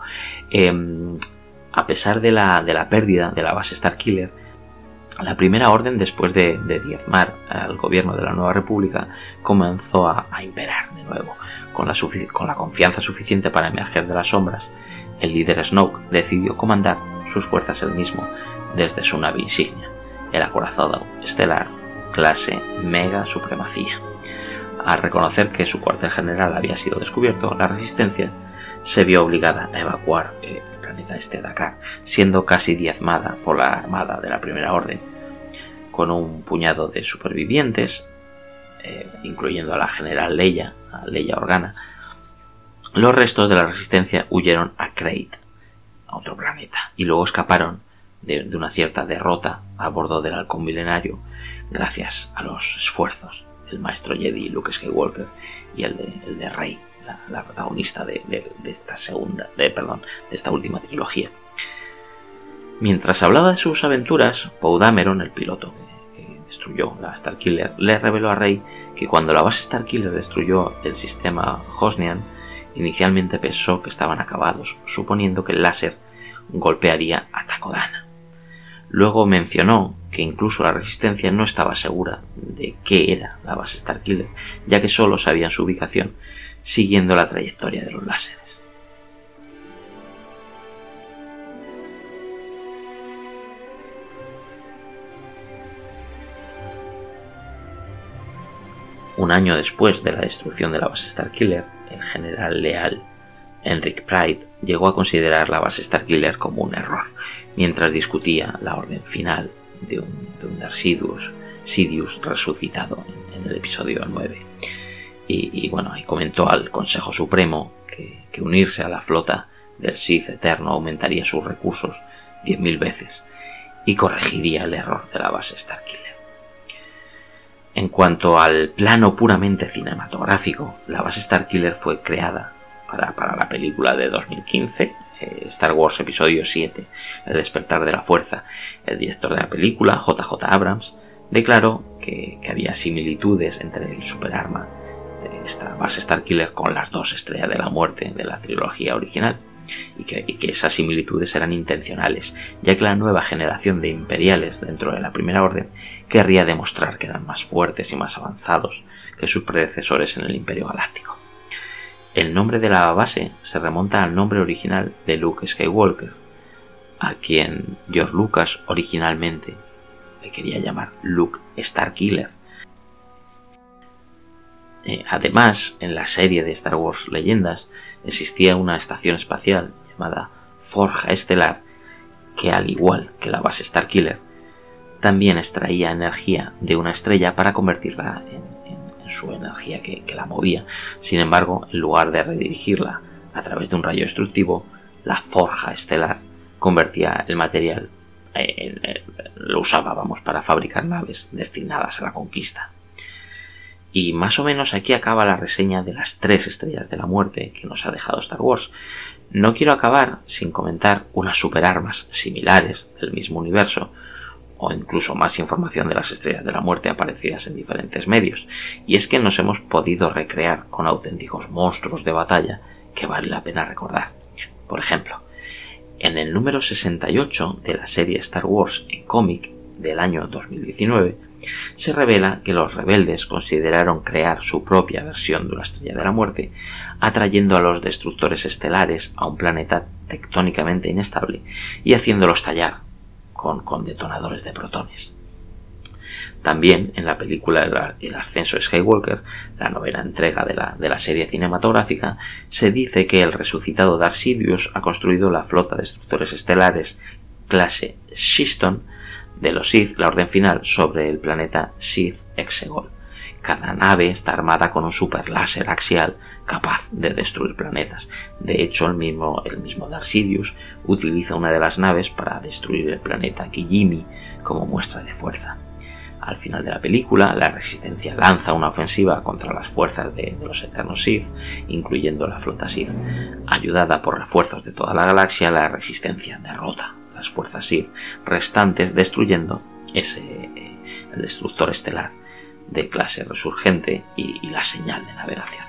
S1: A pesar de la pérdida de la base Starkiller, la Primera Orden, después de diezmar al gobierno de la Nueva República, comenzó a imperar de nuevo. Con la confianza suficiente para emerger de las sombras, el líder Snoke decidió comandar sus fuerzas él mismo desde su nave insignia, el acorazado estelar clase Mega Supremacía. Al reconocer que su cuartel general había sido descubierto, la Resistencia se vio obligada a evacuar el planeta Dakar, siendo casi diezmada por la armada de la Primera Orden. Con un puñado de supervivientes, incluyendo a la general Leia Organa, los restos de la Resistencia huyeron a Krayt, a otro planeta, y luego escaparon de una cierta derrota a bordo del Halcón Milenario gracias a los esfuerzos del maestro Jedi Luke Skywalker y el de Rey, la protagonista de esta última trilogía. Mientras hablaba de sus aventuras, Poe Dameron, el piloto que destruyó la Starkiller, le reveló a Rey que cuando la base Starkiller destruyó el sistema Hosnian, inicialmente pensó que estaban acabados, suponiendo que el láser golpearía a Takodana. Luego mencionó que incluso la Resistencia no estaba segura de qué era la base Starkiller, ya que solo sabían su ubicación siguiendo la trayectoria de los láseres. Un año después de la destrucción de la base Starkiller, el general leal Enric Pride llegó a considerar la base Starkiller como un error, mientras discutía la orden final de un Darth Sidious resucitado en el episodio 9. Y bueno, ahí comentó al Consejo Supremo que unirse a la flota del Sith Eterno aumentaría sus recursos 10.000 veces y corregiría el error de la base Starkiller. En cuanto al plano puramente cinematográfico, la base Starkiller fue creada para la película de 2015, Star Wars Episodio 7, El despertar de la fuerza. El director de la película, J.J. Abrams, declaró que había similitudes entre el superarma de esta base Starkiller con las dos estrellas de la muerte de la trilogía original. y que esas similitudes eran intencionales, ya que la nueva generación de imperiales dentro de la Primera Orden querría demostrar que eran más fuertes y más avanzados que sus predecesores en el Imperio Galáctico. El nombre de la base se remonta al nombre original de Luke Skywalker, a quien George Lucas originalmente le quería llamar Luke Starkiller. Además, en la serie de Star Wars Leyendas existía una estación espacial llamada Forja Estelar que, al igual que la base Starkiller, también extraía energía de una estrella para convertirla en su energía que la movía. Sin embargo, en lugar de redirigirla a través de un rayo destructivo, la Forja Estelar convertía el material, lo usaba, para fabricar naves destinadas a la conquista. Y más o menos aquí acaba la reseña de las 3 estrellas de la muerte que nos ha dejado Star Wars. No quiero acabar sin comentar unas superarmas similares del mismo universo, o incluso más información de las estrellas de la muerte aparecidas en diferentes medios, y es que nos hemos podido recrear con auténticos monstruos de batalla que vale la pena recordar. Por ejemplo, en el número 68 de la serie Star Wars en cómic del año 2019, se revela que los rebeldes consideraron crear su propia versión de una estrella de la muerte, atrayendo a los destructores estelares a un planeta tectónicamente inestable y haciéndolos tallar con detonadores de protones. También en la película El ascenso de Skywalker, la novena entrega de la serie cinematográfica, se dice que el resucitado Darth Sidious ha construido la flota de destructores estelares clase Shiston de los Sith, la orden final, sobre el planeta Sith Exegol. Cada nave está armada con un super láser axial capaz de destruir planetas. De hecho, el mismo Darth Sidious utiliza una de las naves para destruir el planeta Kijimi como muestra de fuerza. Al final de la película, la Resistencia lanza una ofensiva contra las fuerzas de los Eternos Sith, incluyendo la flota Sith. Ayudada por refuerzos de toda la galaxia, la Resistencia derrota las fuerzas Sith restantes, destruyendo el destructor estelar de clase resurgente y la señal de navegación.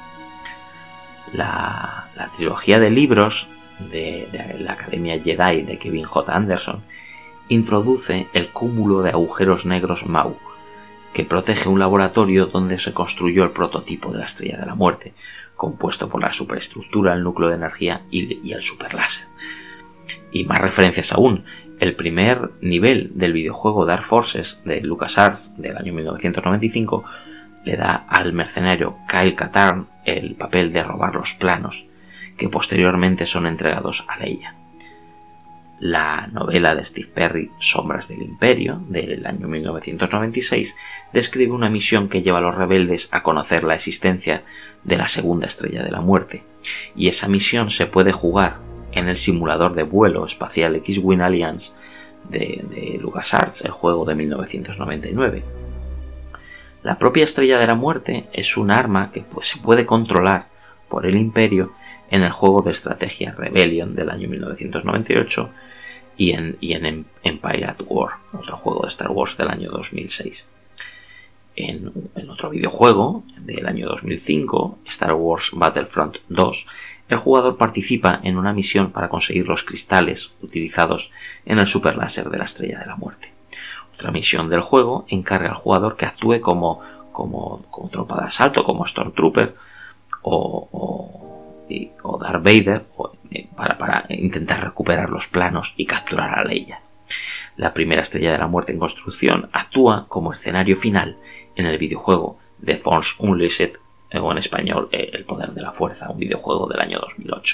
S1: La trilogía de libros de la Academia Jedi de Kevin J. Anderson introduce el cúmulo de agujeros negros Mau, que protege un laboratorio donde se construyó el prototipo de la Estrella de la Muerte, compuesto por la superestructura, el núcleo de energía y el superláser. Y más referencias aún, el primer nivel del videojuego Dark Forces de LucasArts del año 1995 le da al mercenario Kyle Katarn el papel de robar los planos, que posteriormente son entregados a Leia. La novela de Steve Perry, Sombras del Imperio, del año 1996, describe una misión que lleva a los rebeldes a conocer la existencia de la segunda Estrella de la Muerte, y esa misión se puede jugar en el simulador de vuelo espacial X-Wing Alliance de LucasArts, el juego de 1999. La propia Estrella de la Muerte es un arma que se puede controlar por el Imperio en el juego de estrategia Rebellion del año 1998 y en Empire at War, otro juego de Star Wars del año 2006. En otro videojuego del año 2005, Star Wars Battlefront 2, el jugador participa en una misión para conseguir los cristales utilizados en el superláser de la Estrella de la Muerte. Otra misión del juego encarga al jugador que actúe como tropa de asalto, como Stormtrooper o Darth Vader para intentar recuperar los planos y capturar a Leia. La primera Estrella de la Muerte en construcción actúa como escenario final en el videojuego The Force Unleashed, o en español El Poder de la Fuerza, un videojuego del año 2008.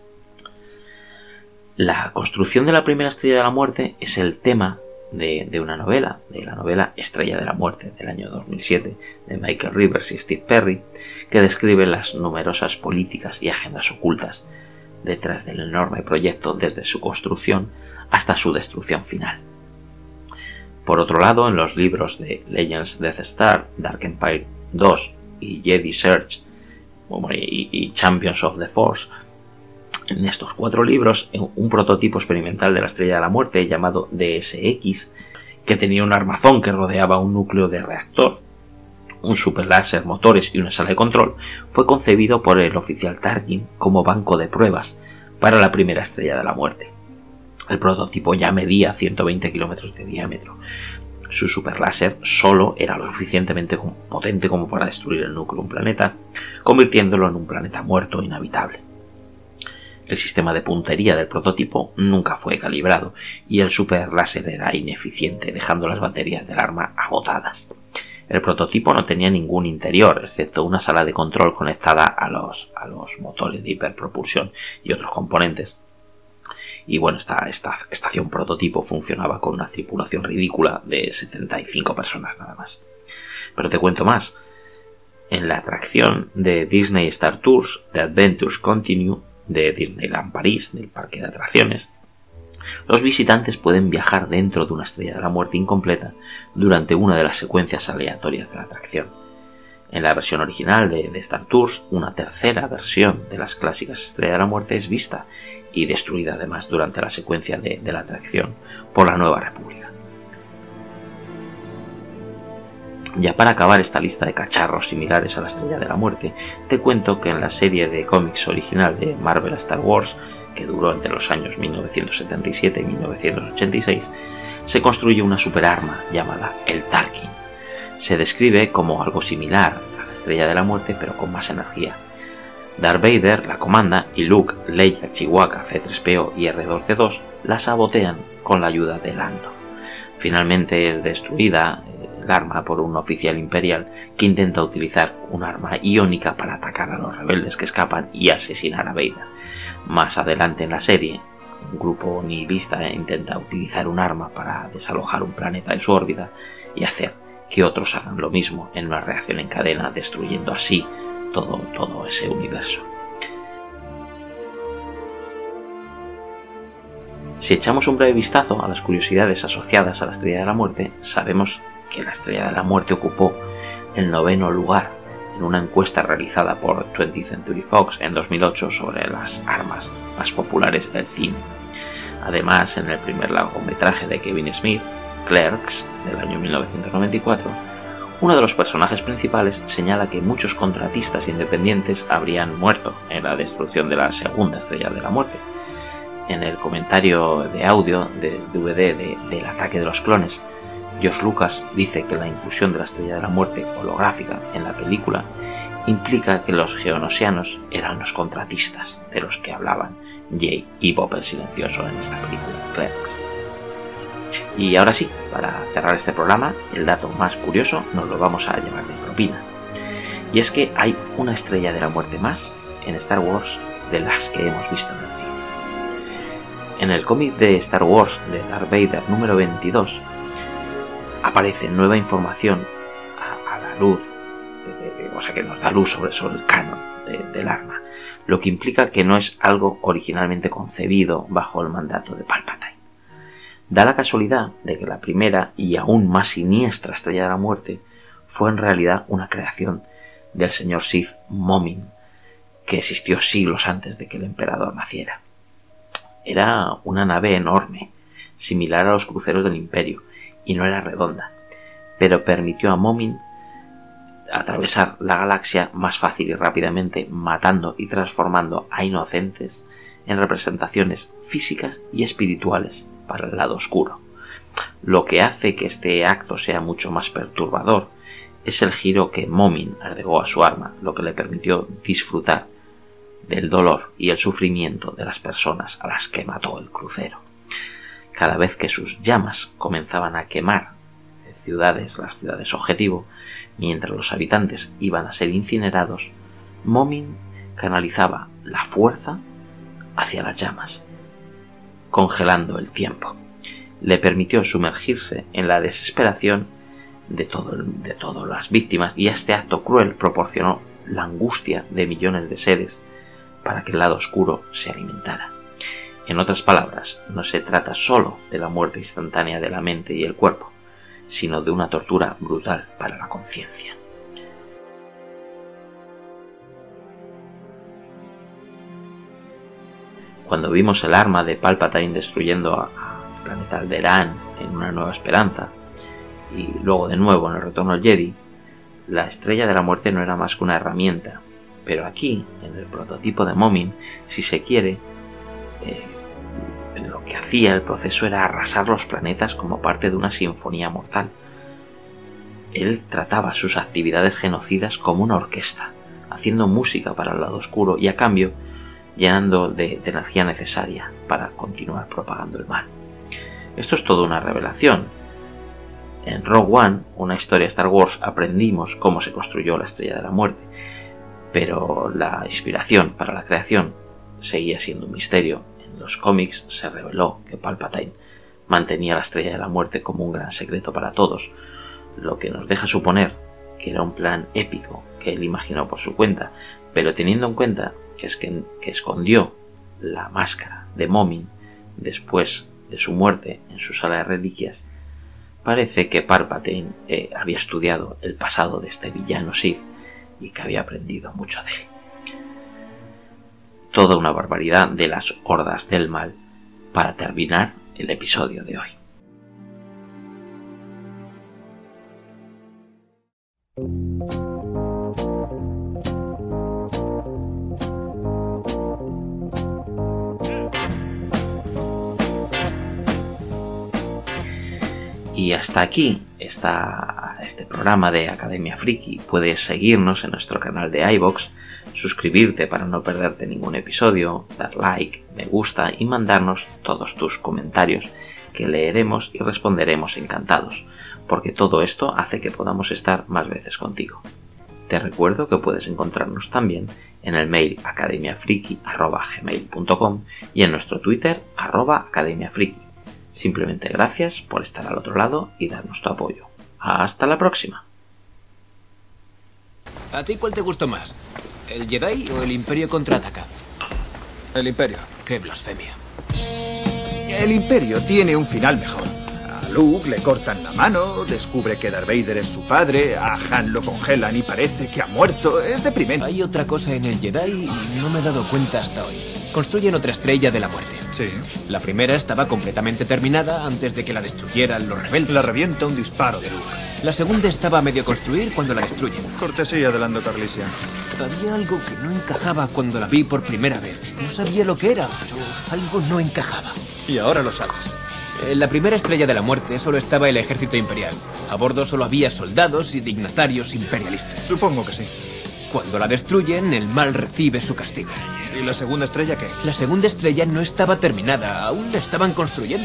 S1: La construcción de la primera Estrella de la Muerte es el tema de la novela Estrella de la Muerte del año 2007 de Michael Rivers y Steve Perry, que describe las numerosas políticas y agendas ocultas detrás del enorme proyecto desde su construcción hasta su destrucción final. Por otro lado, en los libros de Legends Death Star, Dark Empire 2 y Jedi Search y Champions of the Force, en estos 4 libros, un prototipo experimental de la Estrella de la Muerte llamado DSX, que tenía un armazón que rodeaba un núcleo de reactor, un superláser, motores y una sala de control, fue concebido por el oficial Tarkin como banco de pruebas para la primera Estrella de la Muerte. El prototipo ya medía 120 kilómetros de diámetro. Su superláser solo era lo suficientemente potente como para destruir el núcleo de un planeta, convirtiéndolo en un planeta muerto e inhabitable. El sistema de puntería del prototipo nunca fue calibrado y el superláser era ineficiente, dejando las baterías del arma agotadas. El prototipo no tenía ningún interior, excepto una sala de control conectada a los motores de hiperpropulsión y otros componentes. Y bueno, esta estación prototipo funcionaba con una tripulación ridícula de 75 personas nada más. Pero te cuento más. En la atracción de Disney Star Tours, The Adventures Continue, de Disneyland París, del parque de atracciones, los visitantes pueden viajar dentro de una Estrella de la Muerte incompleta durante una de las secuencias aleatorias de la atracción. En la versión original de Star Tours, una tercera versión de las clásicas Estrellas de la Muerte es vista y destruida además durante la secuencia de la atracción por la Nueva República. Ya para acabar esta lista de cacharros similares a la Estrella de la Muerte, te cuento que en la serie de cómics original de Marvel Star Wars, que duró entre los años 1977 y 1986, se construye una superarma llamada el Tarkin. Se describe como algo similar a la Estrella de la Muerte, pero con más energía. Darth Vader la comanda y Luke, Leia, Chewbacca, C-3PO y R2-D2 la sabotean con la ayuda de Lando. Finalmente es destruida el arma por un oficial imperial que intenta utilizar un arma iónica para atacar a los rebeldes que escapan y asesinar a Vader. Más adelante en la serie, un grupo nihilista intenta utilizar un arma para desalojar un planeta de su órbita y hacer que otros hagan lo mismo en una reacción en cadena, destruyendo así todo ese universo. Si echamos un breve vistazo a las curiosidades asociadas a la Estrella de la Muerte, sabemos que la Estrella de la Muerte ocupó el 9º lugar en una encuesta realizada por 20th Century Fox en 2008 sobre las armas más populares del cine. Además, en el primer largometraje de Kevin Smith, Clerks, del año 1994, uno de los personajes principales señala que muchos contratistas independientes habrían muerto en la destrucción de la segunda Estrella de la Muerte. En el comentario de audio del DVD del Ataque de los Clones, George Lucas dice que la inclusión de la Estrella de la Muerte holográfica en la película implica que los geonosianos eran los contratistas de los que hablaban Jay y Bob el Silencioso en esta película, Clerks. Y ahora sí, para cerrar este programa, el dato más curioso nos lo vamos a llevar de propina. Y es que hay una Estrella de la Muerte más en Star Wars de las que hemos visto en el cine. En el cómic de Star Wars de Darth Vader número 22 aparece nueva información a la luz, o sea que nos da luz sobre el canon del arma, lo que implica que no es algo originalmente concebido bajo el mandato de Palpatine. Da la casualidad de que la primera y aún más siniestra Estrella de la Muerte fue en realidad una creación del señor Sith Momin, que existió siglos antes de que el emperador naciera. Era una nave enorme, similar a los cruceros del Imperio, y no era redonda, pero permitió a Momin atravesar la galaxia más fácil y rápidamente, matando y transformando a inocentes en representaciones físicas y espirituales para el lado oscuro. Lo que hace que este acto sea mucho más perturbador es el giro que Momin agregó a su arma, lo que le permitió disfrutar del dolor y el sufrimiento de las personas a las que mató el crucero. Cada vez que sus llamas comenzaban a quemar las ciudades objetivo, mientras los habitantes iban a ser incinerados, Momin canalizaba la fuerza hacia las llamas, congelando el tiempo. Le permitió sumergirse en la desesperación de todas las víctimas, y este acto cruel proporcionó la angustia de millones de seres para que el lado oscuro se alimentara. En otras palabras, no se trata solo de la muerte instantánea de la mente y el cuerpo, sino de una tortura brutal para la conciencia. Cuando vimos el arma de Palpatine destruyendo al planeta Alderaan en Una Nueva Esperanza, y luego de nuevo en El Retorno al Jedi, la Estrella de la Muerte no era más que una herramienta, pero aquí, en el prototipo de Momin, si se quiere, lo que hacía el proceso era arrasar los planetas como parte de una sinfonía mortal. Él trataba sus actividades genocidas como una orquesta, haciendo música para el lado oscuro y a cambio llenando de energía necesaria para continuar propagando el mal. Esto es toda una revelación. En Rogue One, una historia de Star Wars, aprendimos cómo se construyó la Estrella de la Muerte, pero la inspiración para la creación seguía siendo un misterio. En los cómics se reveló que Palpatine mantenía la Estrella de la Muerte como un gran secreto para todos, lo que nos deja suponer que era un plan épico que él imaginó por su cuenta, pero teniendo en cuenta que escondió la máscara de Momin después de su muerte en su sala de reliquias, parece que Palpatine había estudiado el pasado de este villano Sith y que había aprendido mucho de él. Toda una barbaridad de las hordas del mal para terminar el episodio de hoy. Y hasta aquí está este programa de Academia Friki. Puedes seguirnos en nuestro canal de iVoox, suscribirte para no perderte ningún episodio, dar like, me gusta y mandarnos todos tus comentarios que leeremos y responderemos encantados, porque todo esto hace que podamos estar más veces contigo. Te recuerdo que puedes encontrarnos también en el mail academiafriki@gmail.com y en nuestro Twitter @academiafriki. Simplemente gracias por estar al otro lado y darnos tu apoyo. ¡Hasta la próxima!
S2: ¿A ti cuál te gustó más? ¿El Jedi o el Imperio contraataca?
S3: El Imperio.
S2: ¡Qué blasfemia!
S3: El Imperio tiene un final mejor. A Luke le cortan la mano, descubre que Darth Vader es su padre, a Han lo congelan y parece que ha muerto. Es deprimente.
S2: Hay otra cosa en el Jedi y no me he dado cuenta hasta hoy. Construyen otra Estrella de la Muerte.
S3: Sí.
S2: La primera estaba completamente terminada antes de que la destruyeran los rebeldes.
S3: La revienta un disparo de Luke.
S2: La segunda estaba a medio construir cuando la destruyen.
S3: Cortesía de Lando Calrissian.
S2: Había algo que no encajaba cuando la vi por primera vez. No sabía lo que era, pero algo no encajaba.
S3: Y ahora lo sabes.
S2: En la primera Estrella de la Muerte solo estaba el ejército imperial. A bordo solo había soldados y dignatarios imperialistas.
S3: Supongo que sí.
S2: Cuando la destruyen, el mal recibe su castigo.
S3: ¿Y la segunda estrella qué?
S2: La segunda estrella no estaba terminada, aún la estaban construyendo.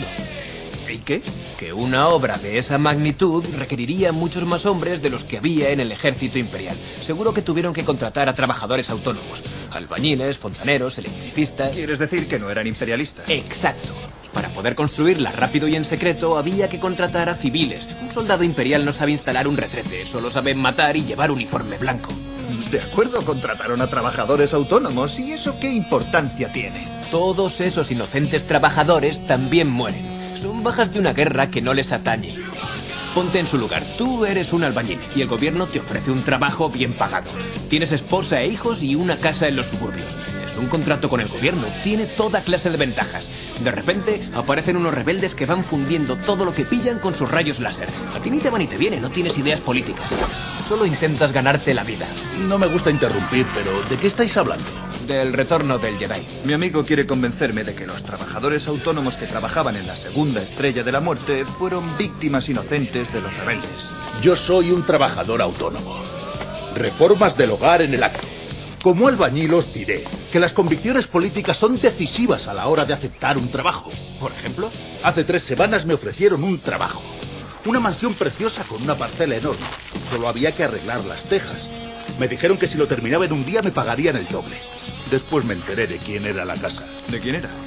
S3: ¿Y qué?
S2: Que una obra de esa magnitud requeriría muchos más hombres de los que había en el ejército imperial. Seguro que tuvieron que contratar a trabajadores autónomos. Albañiles, fontaneros, electricistas...
S3: ¿Quieres decir que no eran imperialistas?
S2: Exacto. Para poder construirla rápido y en secreto había que contratar a civiles. Un soldado imperial no sabe instalar un retrete, solo sabe matar y llevar uniforme blanco.
S3: De acuerdo, contrataron a trabajadores autónomos. ¿Y eso qué importancia tiene?
S2: Todos esos inocentes trabajadores también mueren. Son bajas de una guerra que no les atañe. Ponte en su lugar. Tú eres un albañil y el gobierno te ofrece un trabajo bien pagado. Tienes esposa e hijos y una casa en los suburbios. Es un contrato con el gobierno. Tiene toda clase de ventajas. De repente aparecen unos rebeldes que van fundiendo todo lo que pillan con sus rayos láser. A ti ni te va ni te viene. No tienes ideas políticas. Solo intentas ganarte la vida.
S4: No me gusta interrumpir, pero ¿de qué estáis hablando?
S2: Del retorno del Jedi.
S3: Mi amigo quiere convencerme de que los trabajadores autónomos que trabajaban en la segunda Estrella de la Muerte fueron víctimas inocentes de los rebeldes.
S4: Yo soy un trabajador autónomo. Reformas del hogar en el acto. Como albañil os diré que las convicciones políticas son decisivas a la hora de aceptar un trabajo. Por ejemplo, hace 3 semanas me ofrecieron un trabajo. Una mansión preciosa con una parcela enorme. Solo había que arreglar las tejas. Me dijeron que si lo terminaba en un día me pagarían el doble. Después me enteré de quién era la casa.
S3: ¿De quién era?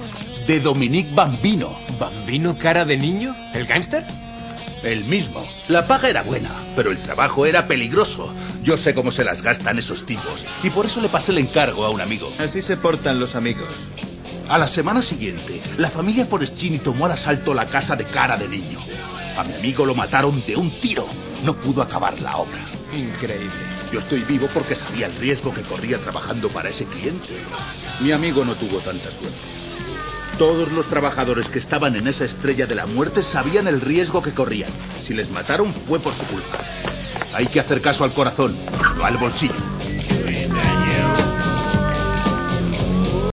S4: De Dominique Bambino.
S2: ¿Bambino cara de niño? ¿El gángster?
S4: El mismo. La paga era buena, pero el trabajo era peligroso. Yo sé cómo se las gastan esos tipos, y por eso le pasé el encargo a un amigo.
S3: Así se portan los amigos.
S4: A la semana siguiente, la familia Forestini tomó al asalto la casa de cara de niño. A mi amigo lo mataron de un tiro. No pudo acabar la obra.
S2: Increíble.
S4: Yo estoy vivo porque sabía el riesgo que corría trabajando para ese cliente. Mi amigo no tuvo tanta suerte. Todos los trabajadores que estaban en esa Estrella de la Muerte sabían el riesgo que corrían. Si les mataron fue por su culpa. Hay que hacer caso al corazón, no al bolsillo.